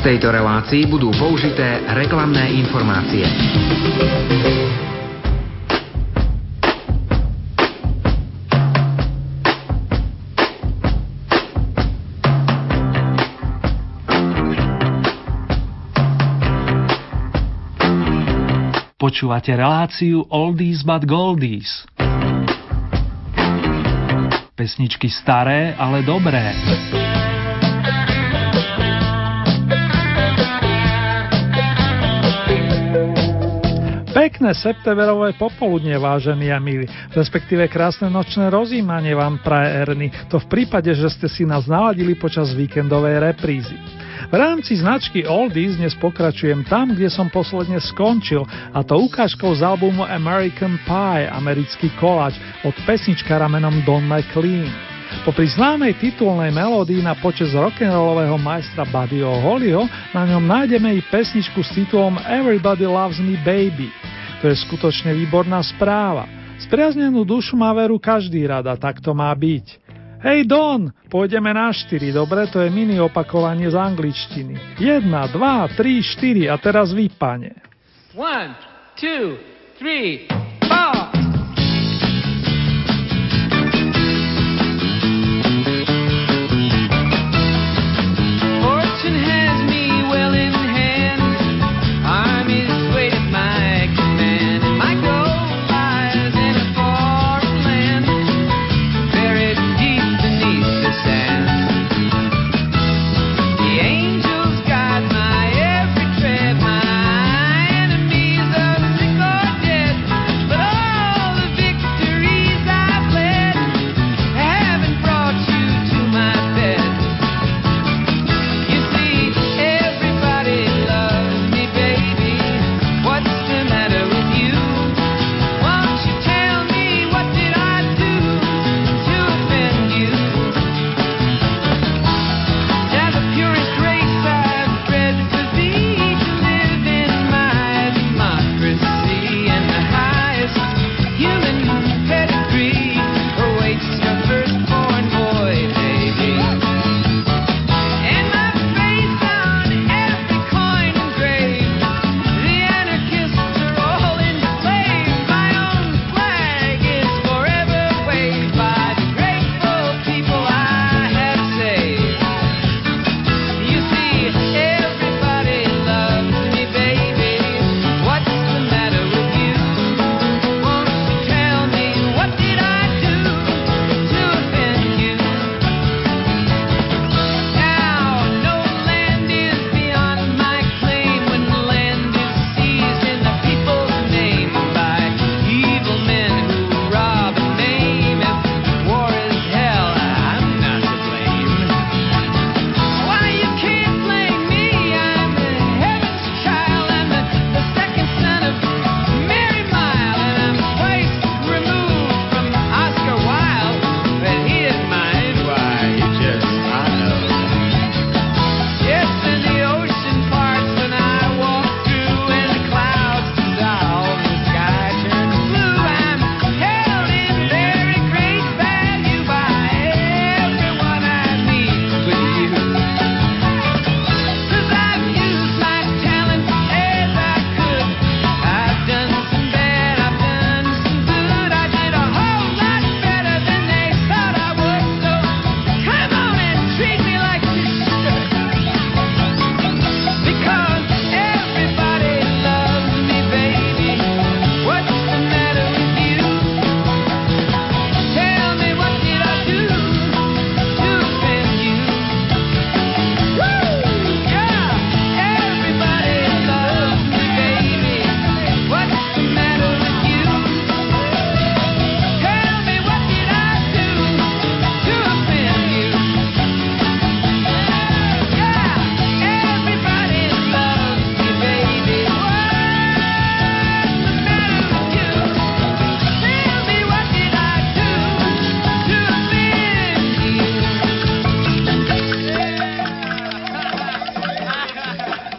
tejto relácii budú použité reklamné informácie. Počúvate reláciu Oldies but Goldies. Pesničky staré, ale dobré. Pekné septemberové popoludne, vážení a milí, respektíve krásne nočné rozjímanie vám praje Erny, to v prípade, že ste si nás naladili počas víkendovej reprízy. V rámci značky Oldies dnes pokračujem tam, kde som posledne skončil, a to ukážkou z albumu American Pie, americký koláč, od pesničkára menom Don McLean. Popri známej titulnej melódii na počesť rock'n'rollového majstra Buddyho Hollyho na ňom nájdeme i pesničku s titulom Everybody Loves Me Baby. To je skutočne výborná správa. Spriaznenú dušu má veru každý rad a tak to má byť. Hej Don, pôjdeme na 4, dobre, to je mini opakovanie z angličtiny. 1, 2, 3, 4 a teraz vy, pane. 1, 2, 3, 4.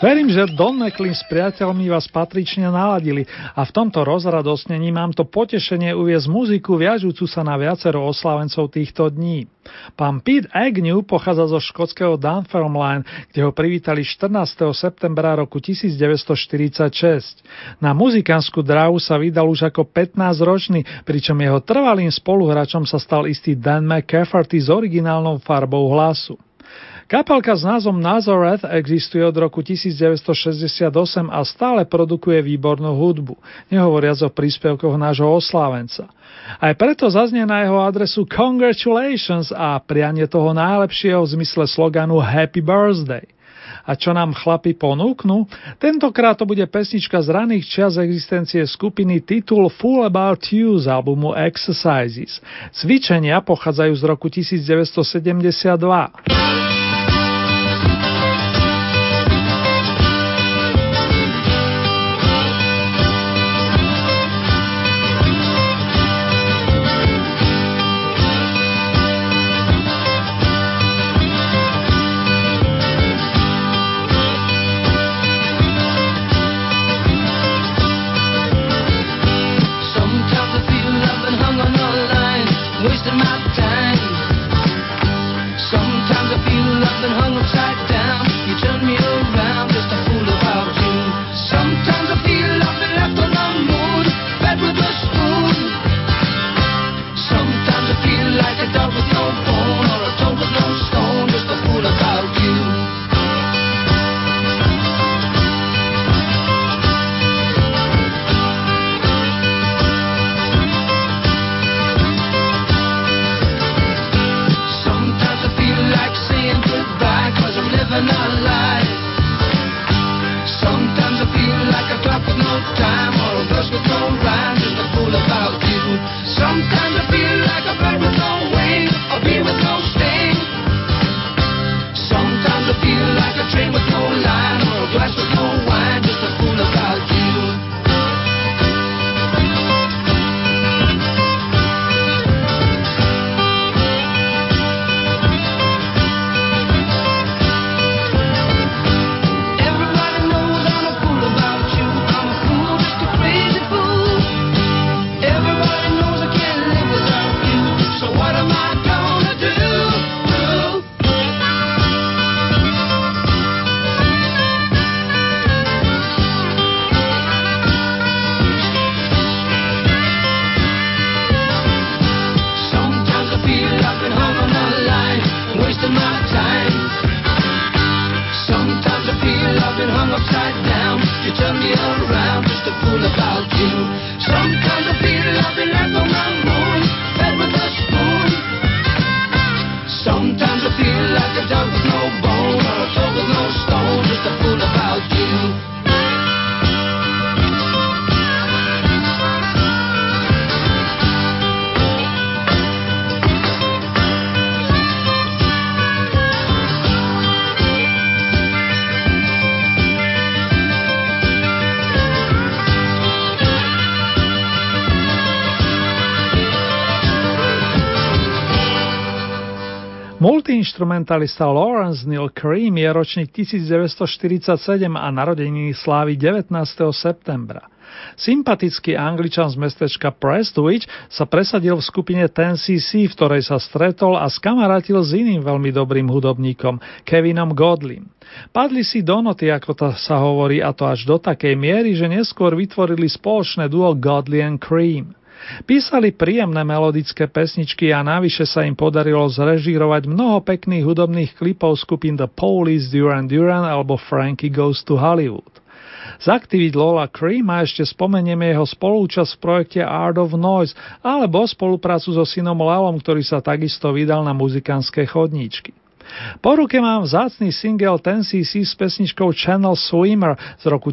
Verím, že Don McLean s priateľmi vás patrične naladili a v tomto rozradostnení mám to potešenie uviesť muziku viažúcu sa na viacero oslávencov týchto dní. Pán Pete Agnew pochádza zo škótskeho Dunfermline, kde ho privítali 14. septembra roku 1946. Na muzikánsku dráhu sa vydal už ako 15-ročný, pričom jeho trvalým spoluhráčom sa stal istý Dan McCafferty s originálnou farbou hlasu. Kapelka s názvom Nazareth existuje od roku 1968 a stále produkuje výbornú hudbu, nehovoriac o príspevkoch nášho oslávenca. Aj preto zaznie na jeho adresu Congratulations a prianie toho najlepšieho v zmysle sloganu Happy Birthday. A čo nám chlapi ponúknú? Tentokrát to bude pesnička z raných čias existencie skupiny titul Fool About You z albumu Exercises. Cvičenia pochádzajú z roku 1972. Multiinstrumentalista Lawrence Neal Cream je ročník 1947 a narodeniny slávi 19. septembra. Sympatický Angličan z mestečka Prestwich sa presadil v skupine 10cc, v ktorej sa stretol a skamarátil s iným veľmi dobrým hudobníkom, Kevinom Godlym. Padli si do noty, ako to sa hovorí, a to až do takej miery, že neskôr vytvorili spoločné duo Godley and Cream. Písali príjemné melodické pesničky a navyše sa im podarilo zrežírovať mnoho pekných hudobných klipov skupín The Police, Duran Duran alebo Frankie Goes to Hollywood. Z aktivít Lola Creama ešte spomenieme jeho spolúčasť v projekte Art of Noise alebo spoluprácu so synom Lalom, ktorý sa takisto vydal na muzikánske chodníčky. Po ruke mám vzácny single 10cc s pesničkou Channel Swimmer z roku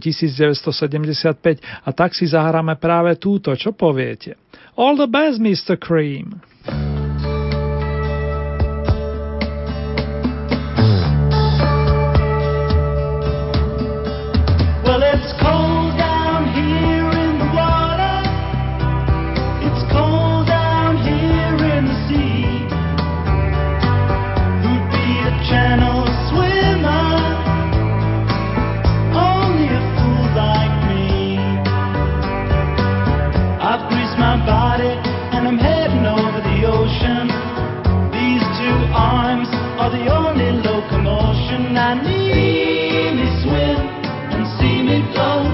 1975 a tak si zahráme práve túto, čo poviete? All the best, Mr. Cream! Well, it's cold down here in the water. It's cold down here in the sea. Who'd be a channel swimmer when I need me swim and see me float.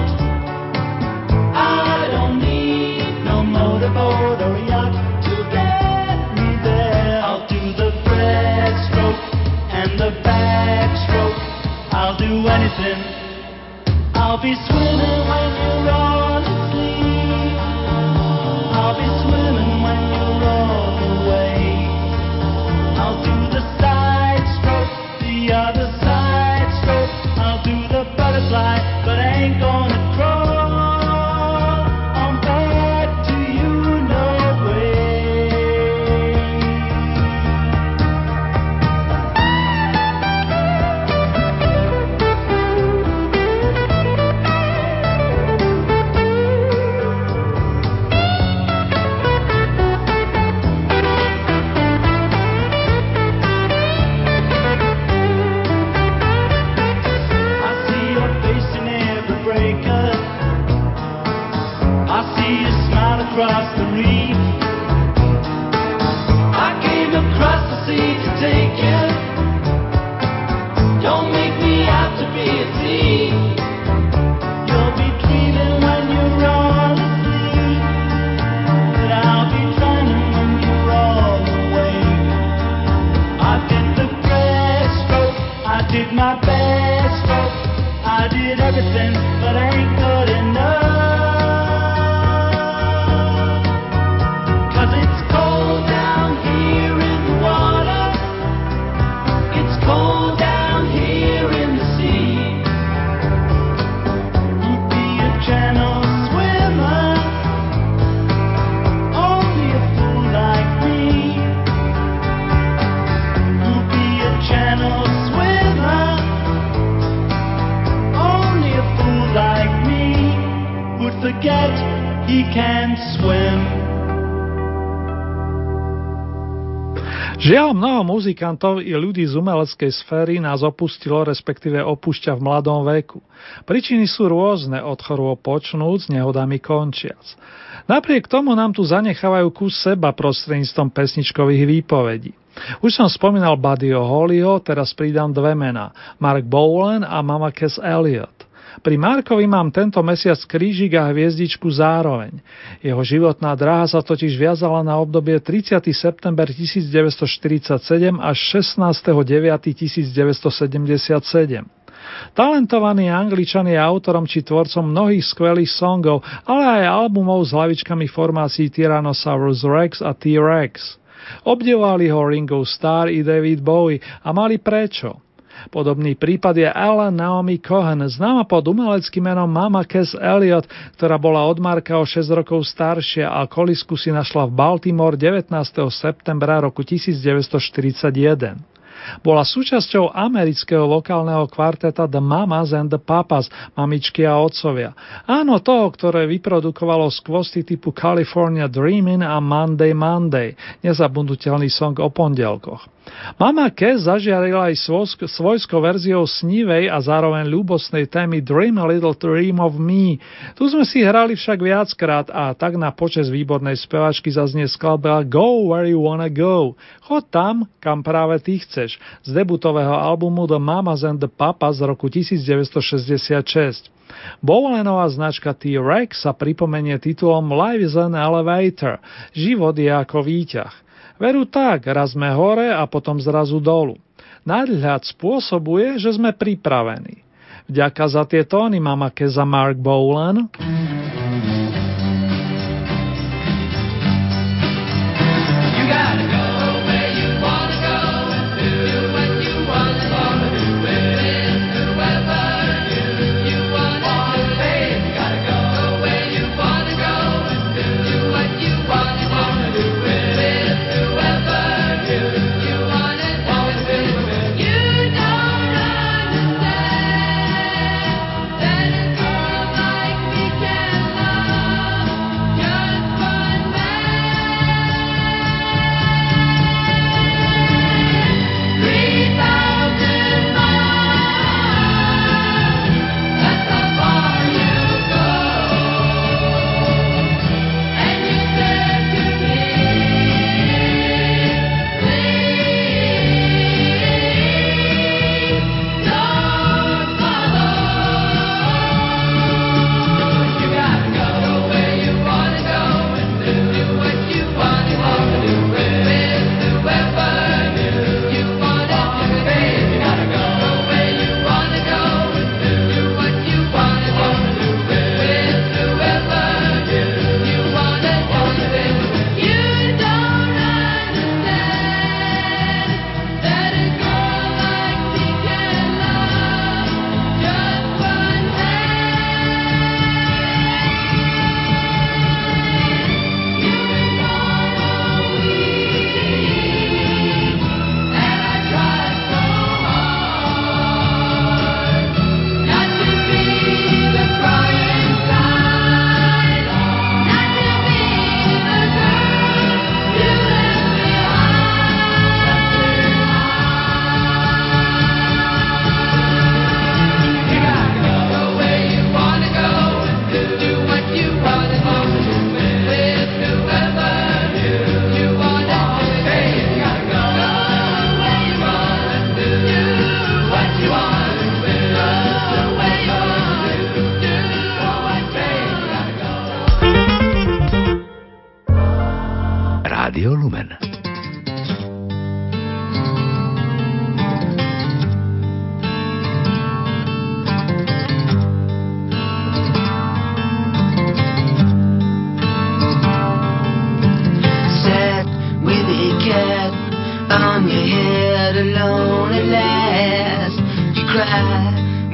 I don't need no motorboat or yacht to get me there. I'll do the breaststroke and the backstroke. I'll do anything. I'll be swimming when you're all asleep. I'll be swimming when you're all away. I'll do the side stroke, the other side stroke. I'll do the butterfly, but I ain't gonna crawl on back to you, no way. I see your face in every breaker. I see you smile across the reef. I came across the sea to take you. Don't make me out to be a thief. You'll be dreaming when you're all asleep, but I'll be drowning when you're all awake. I did the breaststroke, I did my best stroke, I did everything, but I ain't good enough. 'Cause it's cold down here in the water. It's cold down here in the sea. You'd be a channel swimmer, only a fool like me. You'd be a channel swimmer, only a fool like me would forget he can swim. Žiaľ, mnoho muzikantov i ľudí z umeleckej sféry nás opustilo, respektíve opúšťa v mladom veku. Príčiny sú rôzne, od chorôb počnúc, nehodami končiac. Napriek tomu nám tu zanechávajú kus seba prostredníctvom pesničkových výpovedí. Už som spomínal Buddyho Hollyho, teraz pridám dve mená, Mark Bolan a Mama Cass Elliot. Pri Markovi mám tento mesiac krížik a hviezdičku zároveň. Jeho životná dráha sa totiž viazala na obdobie 30. september 1947 až 16.9.1977. Talentovaný Angličan je autorom či tvorcom mnohých skvelých songov, ale aj albumov s hlavičkami formácií Tyrannosaurus Rex a T-Rex. Obdivovali ho Ringo Starr i David Bowie a mali prečo. Podobný prípad je Ellen Naomi Cohen, známa pod umeleckým menom Mama Cass Elliot, ktorá bola od Marka o 6 rokov staršia a kolisku si našla v Baltimore 19. septembra roku 1941. Bola súčasťou amerického vokálneho kvarteta The Mamas and the Papas, mamičky a otcovia. Áno, toho, ktoré vyprodukovalo skvosty typu California Dreamin' a Monday Monday, nezabudnutelný song o pondelkoch. Mama Cass zažiarila aj svojskou verziou snívej a zároveň ľúbostnej témy Dream a Little Dream of Me. Tu sme si hrali však viackrát a tak na počesť výbornej spevačky zaznie skladba Go Where You Wanna Go. Chod tam, kam práve ty chceš, z debutového albumu The Mamas and the Papas z roku 1966. Bowlenová značka T-Rex sa pripomenie titulom Life is an Elevator. Život je ako výťah. Veru tak, raz sme hore a potom zrazu dolu. Nadhľad spôsobuje, že sme pripravení. Vďaka za tie tóny, Mama Cass a Mark Bolan. That it's all like we can love.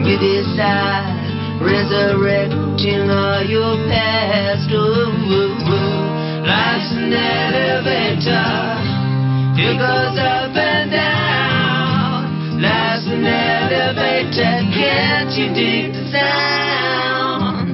you decide, resurrecting all your past. Life's an elevator, it goes up and down. Life's an elevator, can't you dig the sound?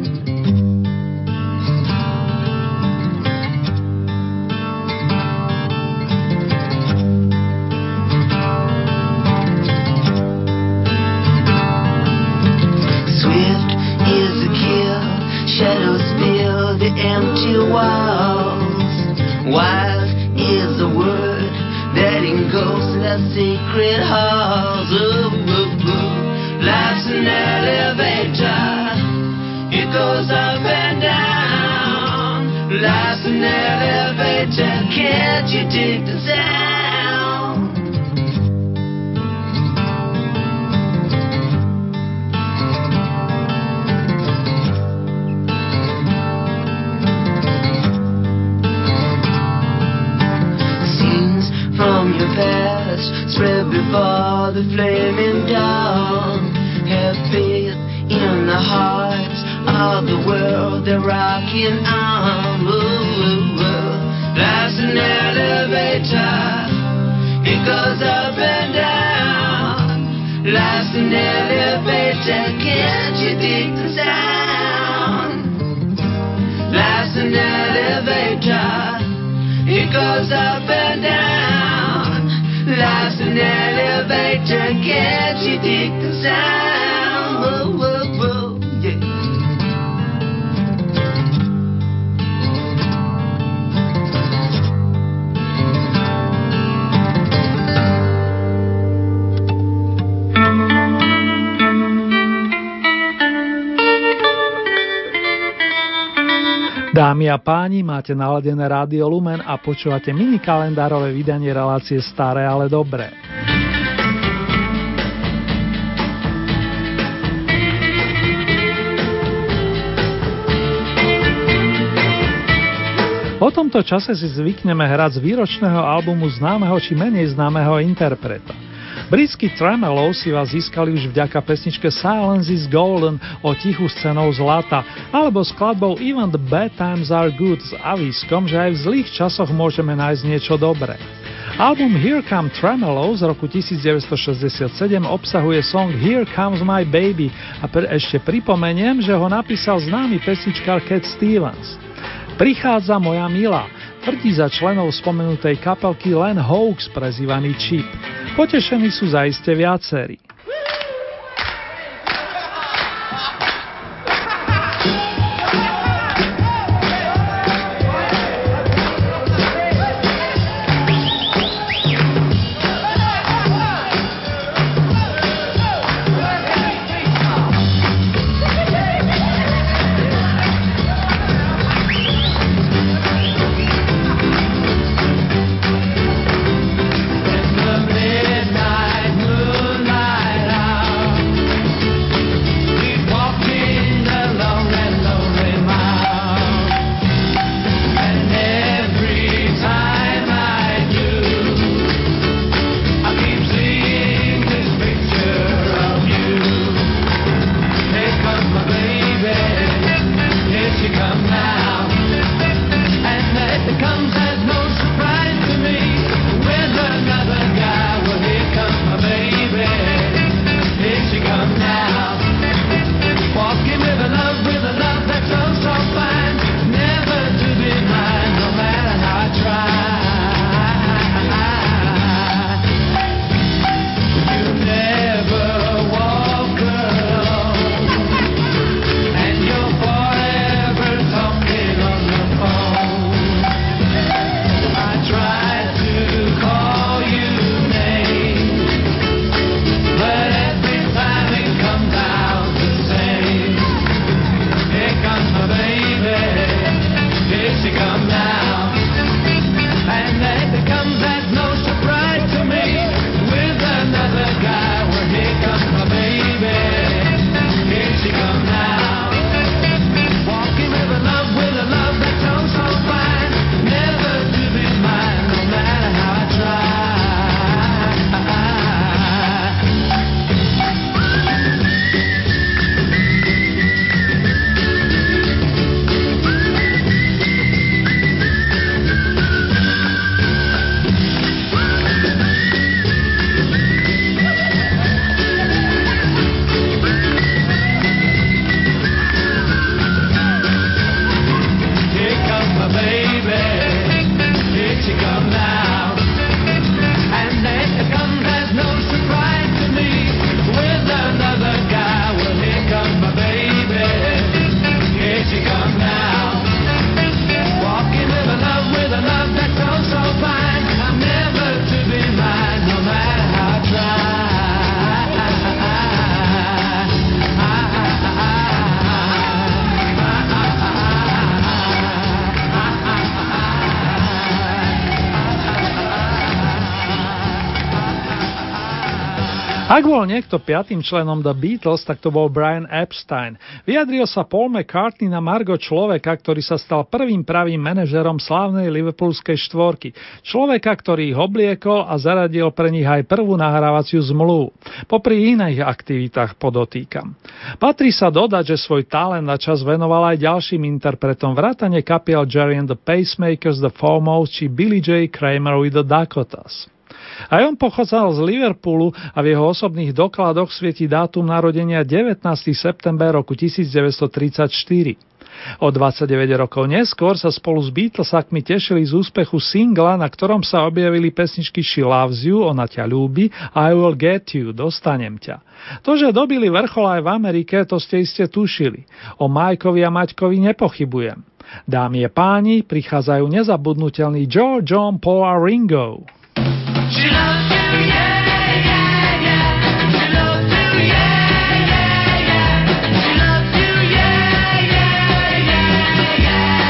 Swift is the kill, shadows fill the empty walls. Wild is the word that engulfs the sacred halls. Life's an elevator, it goes up and down. Life's an elevator, can't you dig the sound? Scenes from your past spread before the flaming dawn. Have faith in the hearts of the world they're rocking on. Life's an elevator, it goes up and down. Life's an elevator, can't you dig the sound? Life's an elevator, it goes up and down. Life's an elevator, can't you dig the sound? Whoa, whoa, whoa, yeah. Dámy a páni, máte naladené Rádio Lumen a počúvate mini kalendárové vydanie relácie Staré, ale dobré. O tomto čase si zvykneme hrať z výročného albumu známeho či menej známeho interpreta. Britskí Tremelow si vás získali už vďaka pesničke Silence is Golden o tichu s cenou zlata, alebo skladbou Even the Bad Times Are Good s avískom, že aj v zlých časoch môžeme nájsť niečo dobré. Album Here Come Tremelow z roku 1967 obsahuje song Here Comes My Baby a ešte pripomeniem, že ho napísal známy pesničkár Cat Stevens. Prichádza moja milá, tvrdí za členov spomenutej kapelky Len Hawkes, prezývaný Chip. Potešení sú zaiste viacerí. Midnight moonlight Ak bol niekto 5. členom The Beatles, tak to bol Brian Epstein. Vyjadril sa Paul McCartney na margo človeka, ktorý sa stal prvým pravým manažerom slávnej liverpoolskej štvorky. Človeka, ktorý ich obliekol a zaradil pre nich aj prvú nahrávaciu zmluvu. Popri iných aktivitách podotýkam. Patrí sa dodať, že svoj talent na čas venoval aj ďalším interpretom vrátane kapiel Jerry and the Pacemakers, The Foremost či Billy J. Kramer with the Dakotas. Aj on pochádzal z Liverpoolu a v jeho osobných dokladoch svieti dátum narodenia 19. september roku 1934. O 29 rokov neskôr sa spolu s Beatlesakmi tešili z úspechu singla, na ktorom sa objavili pesničky She Loves You, Ona ťa ľúbi a I Will Get You, Dostanem ťa. To, že dobili vrchol aj v Amerike, to ste iste tušili. O Mikeovi a Maťkovi nepochybujem. Dámy a páni, prichádzajú nezabudnutelní George, John, Paul a Ringo. She loves you, yeah, yeah, yeah. She loves you, yeah, yeah, yeah. She loves you, yeah, yeah, yeah,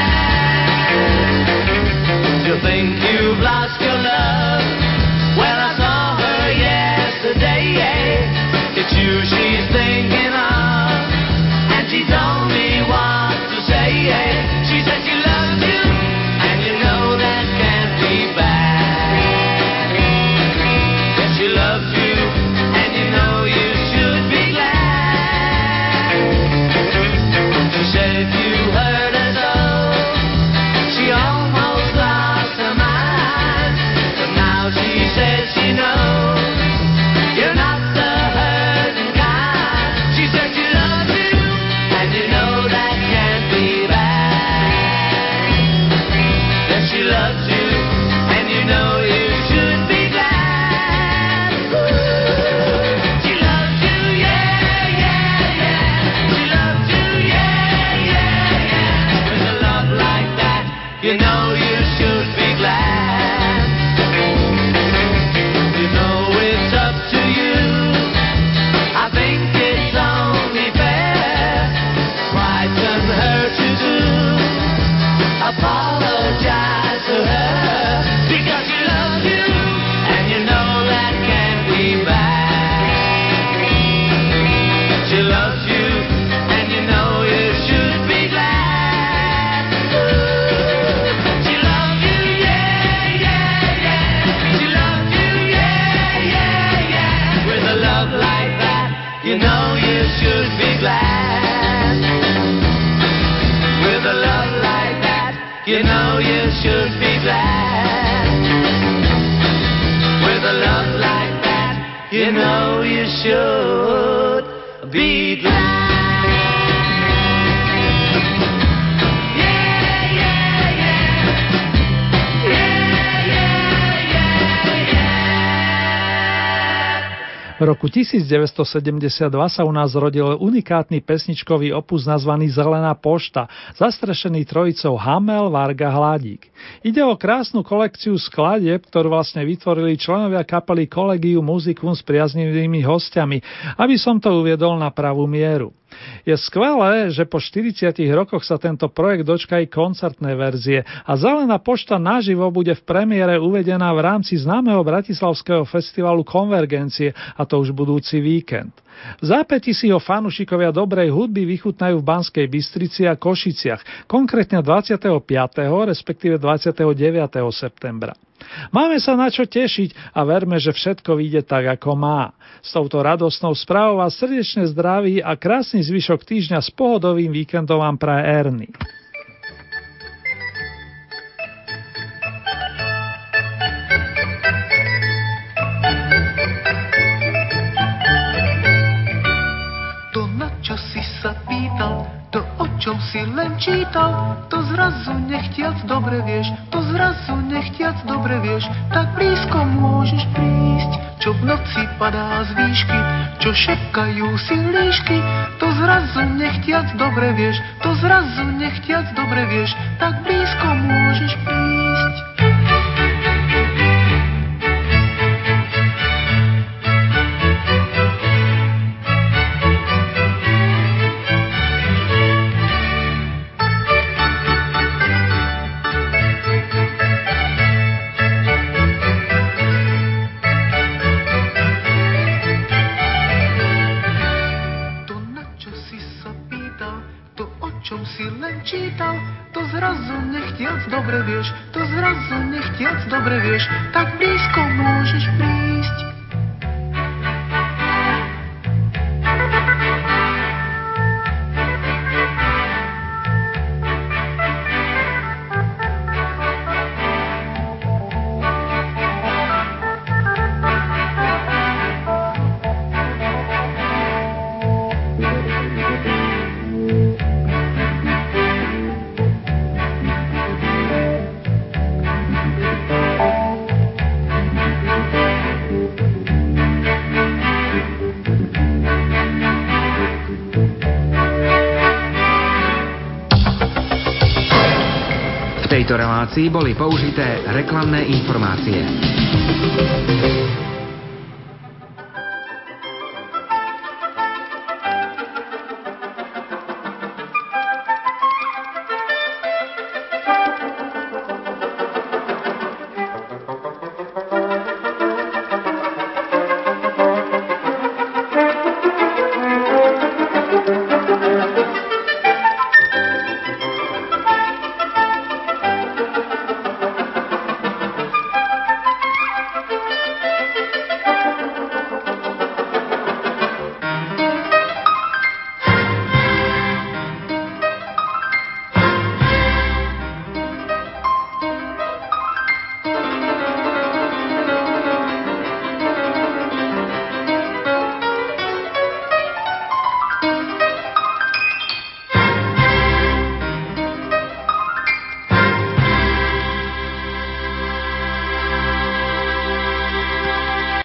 yeah. You think you've lost your love? Well, I saw her yesterday, yeah. It's you she's thinking of, and she told me what to say, yeah. She said she loves you, and you know that can't be bad. She loves you, and you know you should be glad. She said if you hurt her so, she almost lost her mind. But now she says she knows you're not the hurting kind. She said she loves you, and you know that can't be bad. Yes, she loves you, and you know you should be glad. You know you should be glad. You know it's up to you. I think it's only fair. Frighten her to do. Apologize to her because she loves you, and you know that can't be bad. She loves you, and you know you should be glad. You know you should be glad. With a love like that, you know you should be glad. With a love like that, you know you should be glad. V roku 1972 sa u nás rodil unikátny pesničkový opus nazvaný Zelená pošta, zastrešený trojicou Hamel, Varga, Hladík. Ide o krásnu kolekciu skladieb, ktorú vlastne vytvorili členovia kapely Collegium Musicum s priaznivými hostiami, aby som to uviedol na pravú mieru. Je skvelé, že po 40 rokoch sa tento projekt dočká aj koncertnej verzie a Zelená pošta naživo bude v premiére uvedená v rámci známeho bratislavského festivalu Konvergencie, a to už budúci víkend. V zápäti si ho fanúšikovia dobrej hudby vychutnajú v Banskej Bystrici a Košiciach, konkrétne 25. respektíve 29. septembra. Máme sa na čo tešiť a verme, že všetko vyjde tak, ako má. S touto radostnou správou vás srdečne zdraví a krásny zvyšok týždňa s pohodovým víkendom vám praje Ernie. To, na čo si sa pýtal, to, o čom si len čítal, to zrazu nechtiac dobre vieš, to zrazu nechtiac dobre vieš, tak blízko môžeš prísť, čo v noci padá z výšky, čo šepkajú si líšky, to zrazu nechtiac dobre vieš, to zrazu nechtiac dobre vieš, tak blízko môžeš prísť. čítal, to zrazu nechtiac dobre vieš, to zrazu nechtiac dobre vieš, tak blízko môžeš prísť. V tejto relácii boli použité reklamné informácie.